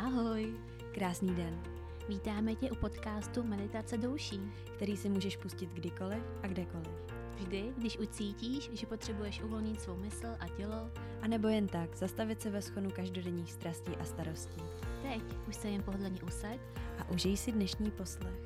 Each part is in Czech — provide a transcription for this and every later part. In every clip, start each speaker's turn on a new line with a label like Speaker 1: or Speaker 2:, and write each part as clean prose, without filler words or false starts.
Speaker 1: Ahoj!
Speaker 2: Krásný den,
Speaker 1: Vítáme tě u podcastu Meditace douší.
Speaker 2: který si můžeš pustit kdykoliv a kdekoliv.
Speaker 1: Vždy, když ucítíš, že potřebuješ uvolnit svou mysl a tělo,
Speaker 2: A nebo jen tak, zastavit se ve schonu každodenních strastí a starostí.
Speaker 1: teď už se jen pohodlně usaď.
Speaker 2: A užij si dnešní poslech.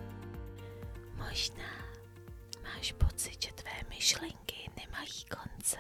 Speaker 3: Možná máš pocit, že tvé myšlenky nemají konce.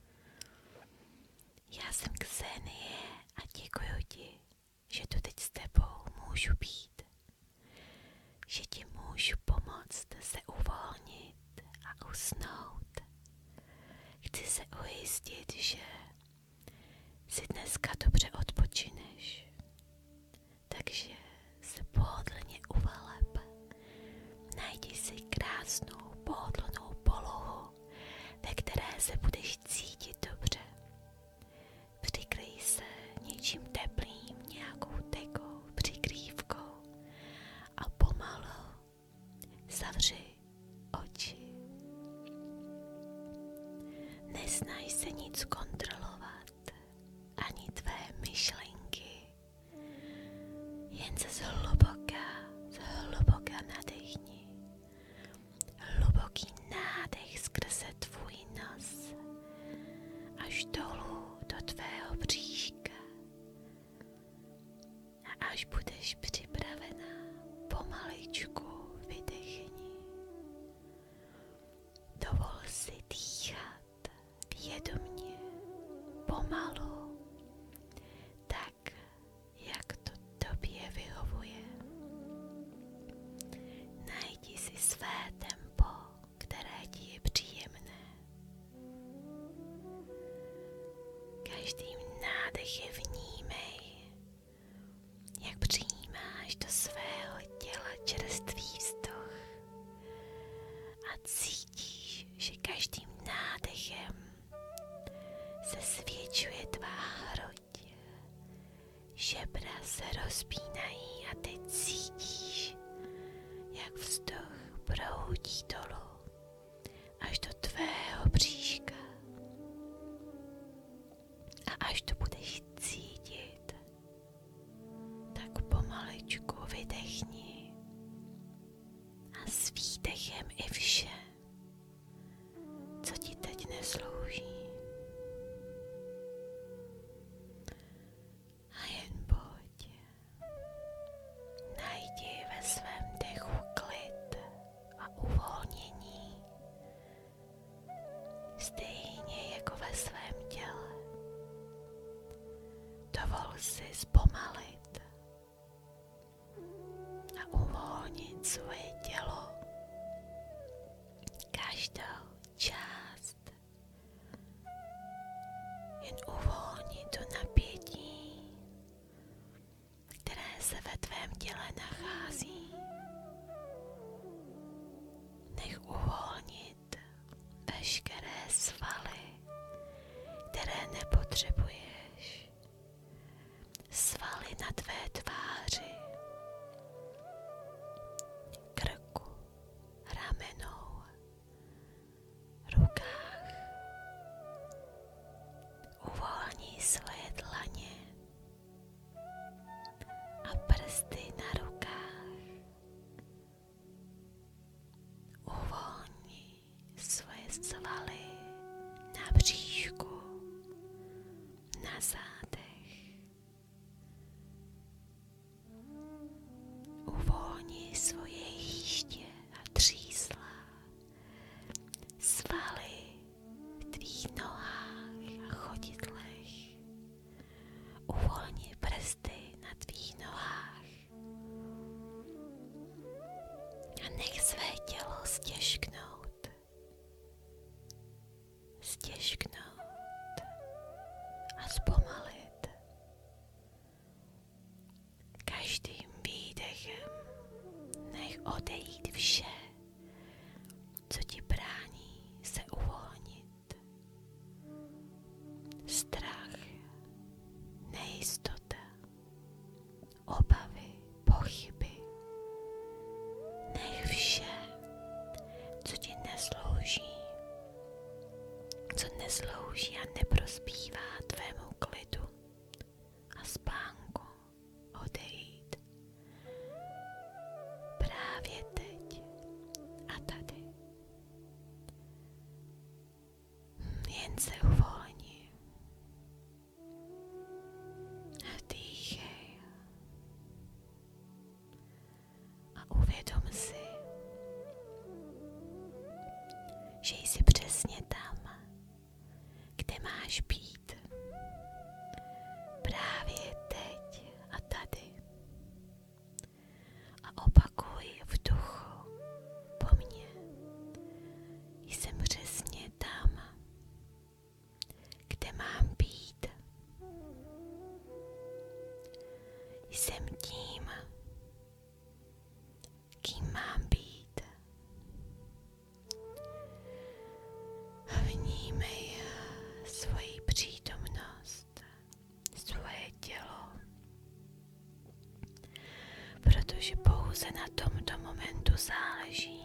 Speaker 3: Já jsem Ksenie a děkuji ti, že tu teď s tebou můžu být. Že ti můžu pomoct se uvolnit a usnout. Chci se ujistit, že si dneska dobře odpočineš. Takže se pohodlně uvaleb. Najdi si krásnou pohodlnou polohu, ve které se budeš cítit dobře. Přikryj se něčím teplým, nějakou dekou, přikrývkou a pomalu zavři oči. Nesnaž se nic kontrolovat, ani tvé myšlenky. Jen se zhluboka nadechni. Hluboký nádech skrze tvůj nos až dolů do tvého bříška. A až budeš připravená, pomaličku vydechni. Dovol si dýchat vědomně, pomalu, tak, jak to tobě vyhovuje. Najdi si své tempo, které ti je příjemné. Každým nádechem vnímej, jak přijímáš do svého těla čerstvý vzduch a cítíš, že každým nádechem se zvětšuje tvá hruď. Žebra se rozpínají a ty cítíš, jak vzduch proudí dolů až do tvého bříška. A až to budeš cítit, tak pomaličku vydechni a s výdechem i vše, co ti teď neslouží. A jen pojď, najdi ve svém dechu klid a uvolnění, stejně jako ve svém těle. Dovol si zpomalit a uvolnit svoje tělo, každou část. Jen uvolnit to napětí, které se ve tvém těle nachází. Nech uvolnit veškeré svaly, které nepotřebuješ. Svaly na tvé tváři, krku, ramenou, rukách. Uvolni svoje dlaně a prsty na rukách. Uvolni svoje svaly na bříšku, na zádech. Uvolni svoje jíště a třísla, svaly v tvých nohách a chodidlech. Uvolni prsty na tvých nohách a nech své tělo stěžknout a zpomalit. Každým výdechem nech odejít vše, co ti brání se uvolnit. Strach, nejistota, obavy, pochyby. Nech vše, co ti neslouží, co neslouží a neprospívá tvému klidu a spánku, Jsem tím, kým mám být. Vnímej svoji přítomnost, svoje tělo, protože pouze na tomto momentu záleží.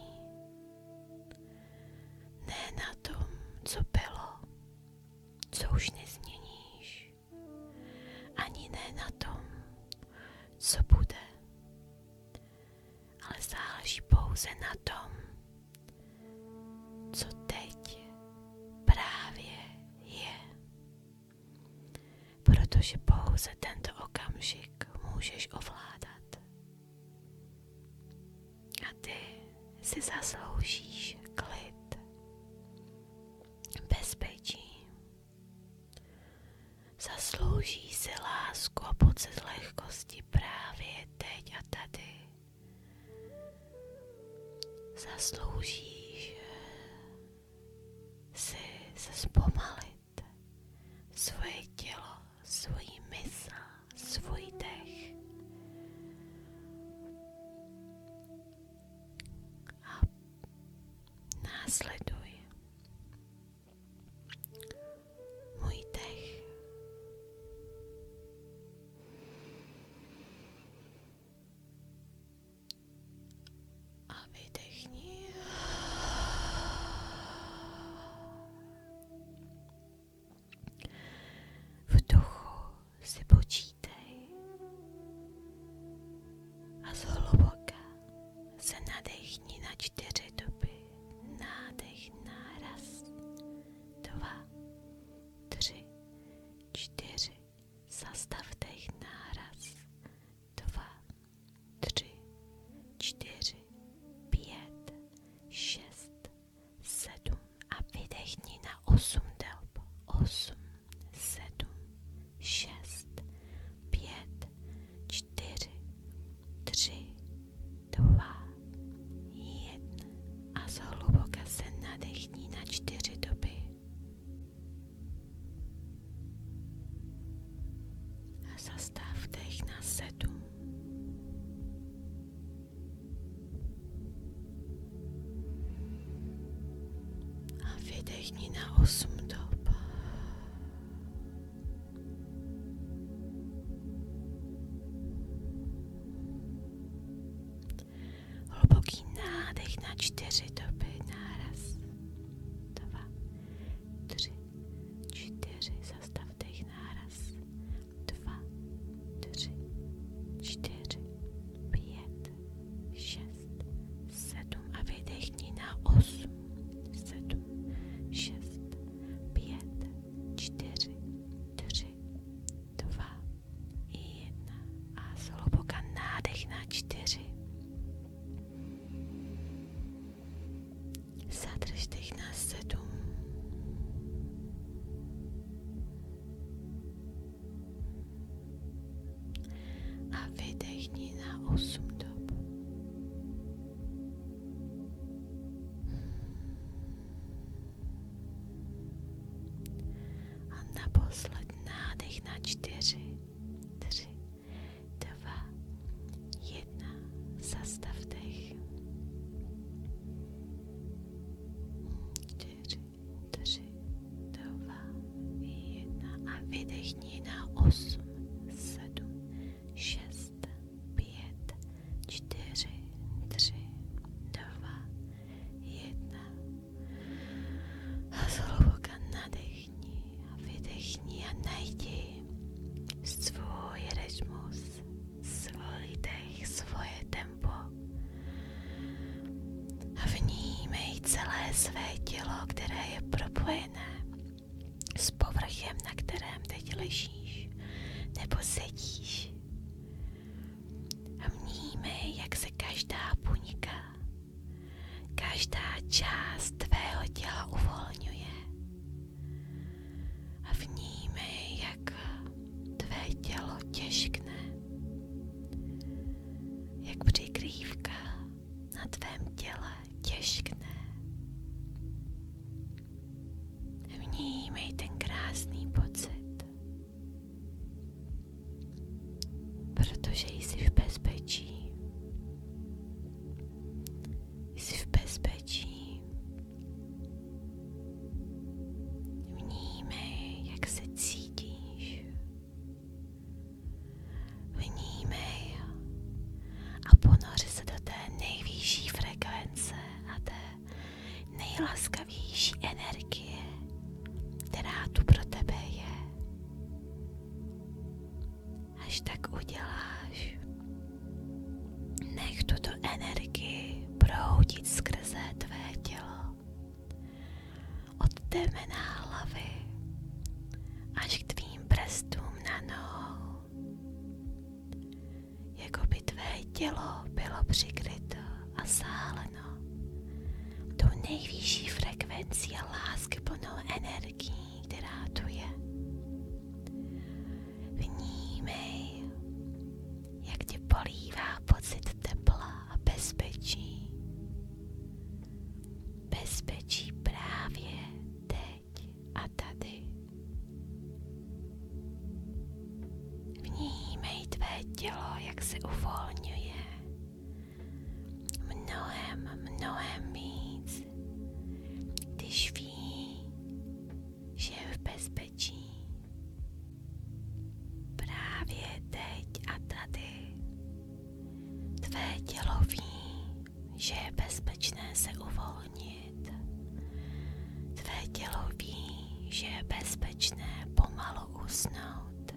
Speaker 3: Ne na tom, co bylo, co už nezměníš, ani ne na tom, co bude, ale záleží pouze na tom, co teď právě je. Protože pouze tento okamžik můžeš ovládat. A ty si zasloužíš klid, bezpečí. Zaslouží si lásku a pocit lehkosti právě teď a tady. Zasloužíš si se zpomalit svoje tělo, svoji mysl, svůj dech. A následuj můj dech. A vydechni. Vduchu si počítej a zhluboka se nadechni na 4 doby. Nádech na 1, 2, 3, 4. Zastav dech na 1, 2, 3, 4, 5, 6, 7 a vydechni na 8 dob. 8, 7, 6, 5, 4, 3, 2, 1 a zhluboka se nadechni na 4 doby. A zastav dech na 7. A vydechni na 8 dob. Hluboký nádech na 4 doby. Na 1, 2, 3, 4. Zastav dech na 1, 2, 3, 4, 5, 6, 7 a vydechni na 8, 7, 6, 5, 4, 3, 2, 1 a zhluboka nádech na 4. Zadrž dech na 7. A vydechni na 8 dob. A naposled nádech na 4, 3, 2, 1. Zastav dech. 4, 3, 2, 1 a vydechni na 8, 7, 6, 5, 4, 3, 2, 1 a zhluboka nadechni a vydechni a najdi svůj rytmus, svůj dech, svoje tempo a vnímej celé své tělo, které je propojené s povrchem, na kterém teď ležíš nebo sedíš. A vnímej, jak se každá buňka, každá část tvého těla uvolňuje. A vnímej, jak tvé tělo těžkne, jak přikrývka na tvém těle těžkne. Vnímej ten krásný pocit, protože jsi v bezpečí. Jsi v bezpečí. Vnímej, jak se cítíš. Vnímej a ponoř se do té nejvyšší frekvence a té nejlaskavější energie, která tu pro tebe je. Až tak uděláš, nech tuto energii proudit skrze tvé tělo. Od temena hlavy až k tvým prstům na nohou. Jako by tvé tělo bylo přikryto a záleno tou nejvyšší frekvencí a láskyplnou energií, která tu je. Vnímej, jak tě polívá pocit tepla a bezpečí. Bezpečí právě teď a tady. Vnímej tvé tělo, jak se uvolňuje. Mnohem víc, když ví, že je v bezpečí. Právě teď a tady. Tvé tělo ví, že je bezpečné se uvolnit. Tvé tělo ví, že je bezpečné pomalu usnout.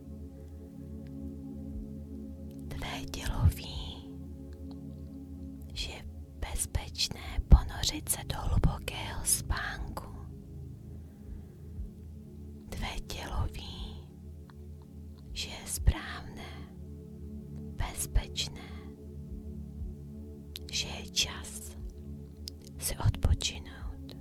Speaker 3: Tvé tělo ví, že je bezpečné ponořit se do hlubokého spánku. Tvé tělo ví, že je správné, bezpečné, že je čas si odpočinout.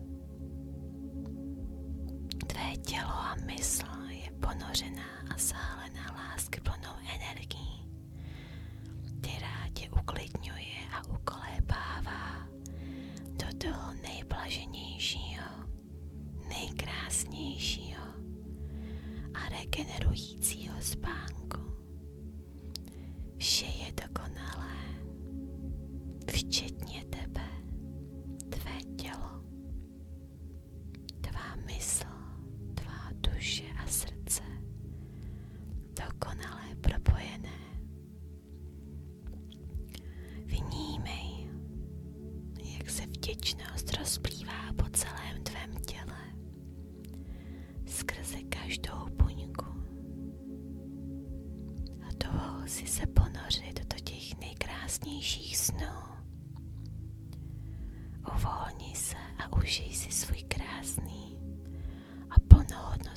Speaker 3: Tvé tělo a mysl je ponořená a zálená láskyplnou energií, která tě uklidňuje a ukolébává do toho nejblaženějšího, nejkrásnějšího a regenerujícího spánku. Vše je dokonalé, včetně tebe, tvé tělo, tvá mysl, tvá duše a srdce, dokonale propojené. Vnímej, jak se vděčnost rozplývá po celém tvém těle, skrze každou buňku. A dovol si se ponořit do těch nejkrásnějších snů. Uvolni se a užij si svůj krásný a plnohodnotný